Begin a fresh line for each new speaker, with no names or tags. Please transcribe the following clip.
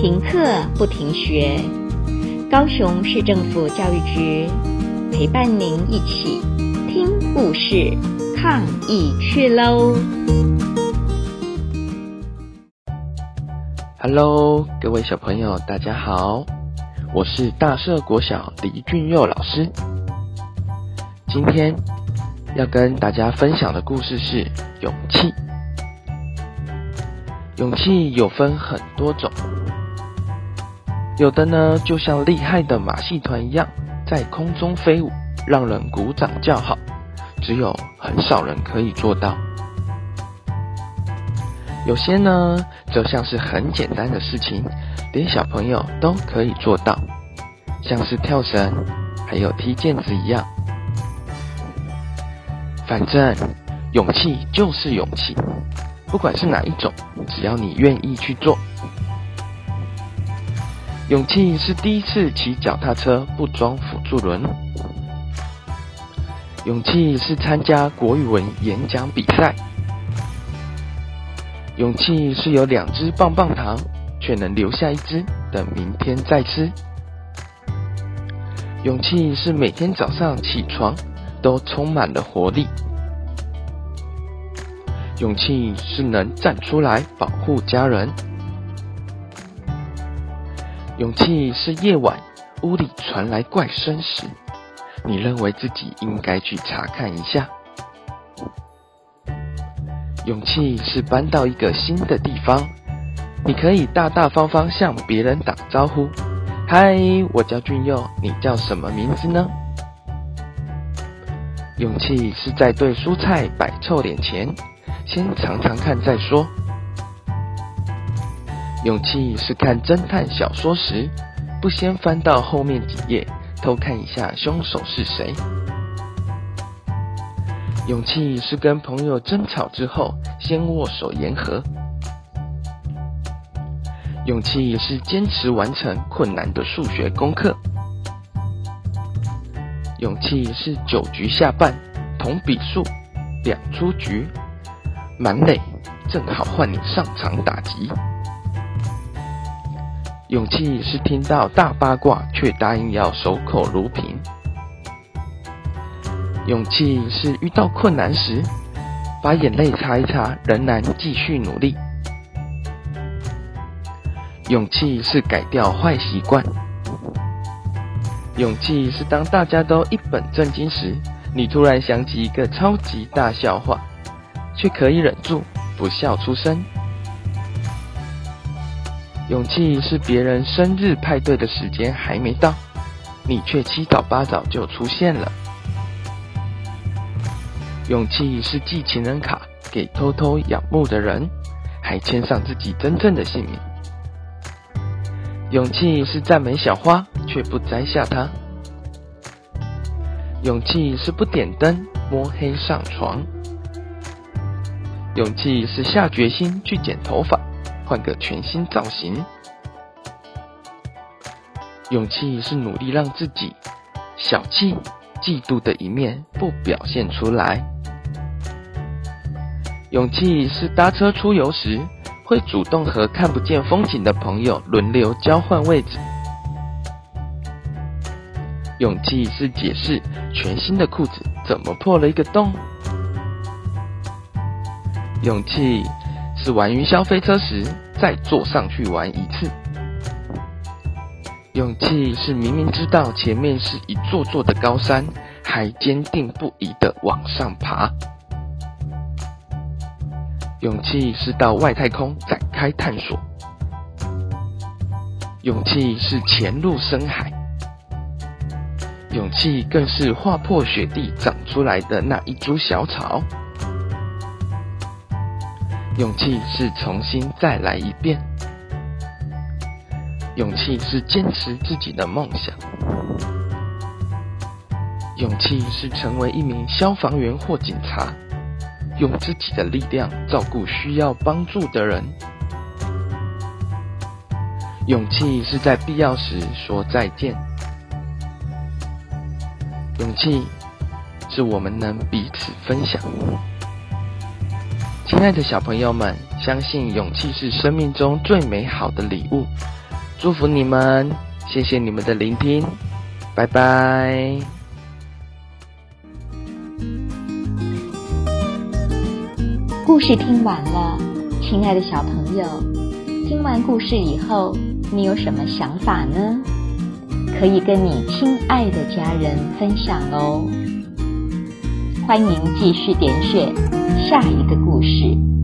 停课不停学，高雄市政府教育局陪伴您一起听故事、抗疫去喽
！Hello， 各位小朋友，大家好，我是大社国小黎俊佑老师。今天要跟大家分享的故事是勇气。勇气有分很多种，有的呢就像厉害的马戏团一样，在空中飞舞，让人鼓掌叫好，只有很少人可以做到。有些呢则像是很简单的事情，连小朋友都可以做到，像是跳绳还有踢毽子一样。反正勇气就是勇气，不管是哪一种，只要你愿意去做。勇气是第一次骑脚踏车不装辅助轮，勇气是参加国语文演讲比赛，勇气是有2只棒棒糖却能留下1只等明天再吃，勇气是每天早上起床都充满了活力，勇气是能站出来保护家人，勇气是夜晚屋里传来怪声时，你认为自己应该去查看一下。勇气是搬到一个新的地方，你可以大大方方向别人打招呼，嗨，我叫俊佑，你叫什么名字呢？勇气是在对蔬菜摆臭脸前，先尝尝看再说。勇气是看侦探小说时，不先翻到后面几页，偷看一下凶手是谁。勇气是跟朋友争吵之后，先握手言和。勇气是坚持完成困难的数学功课。勇气是9局下半，同比数2出局，满垒，正好换你上场打击。勇气是听到大八卦却答应要守口如瓶。勇气是遇到困难时，把眼泪擦一擦，仍然继续努力。勇气是改掉坏习惯。勇气是当大家都一本正经时，你突然想起一个超级大笑话，却可以忍住不笑出声。勇气是别人生日派对的时间还没到，你却七早八早就出现了。勇气是寄情人卡给偷偷仰慕的人，还签上自己真正的姓名。勇气是赞美小花却不摘下它。勇气是不点灯摸黑上床。勇气是下决心去剪头发，换个全新造型。勇气是努力让自己小气、嫉妒的一面不表现出来。勇气是搭车出游时，会主动和看不见风景的朋友轮流交换位置。勇气是解释全新的裤子怎么破了一个洞。勇气是玩云霄飞车时，再坐上去玩1次。勇气是明明知道前面是一座座的高山，还坚定不移地往上爬。勇气是到外太空展开探索。勇气是潜入深海。勇气更是划破雪地长出来的那一株小草。勇气是重新再来一遍。勇气是坚持自己的梦想。勇气是成为一名消防员或警察，用自己的力量照顾需要帮助的人。勇气是在必要时说再见。勇气是我们能彼此分享。亲爱的小朋友们，相信勇气是生命中最美好的礼物。 祝福你们，谢谢你们的聆听，拜拜。
故事听完了，亲爱的小朋友，听完故事以后，你有什么想法呢？可以跟你亲爱的家人分享哦。欢迎继续点选下一个故事。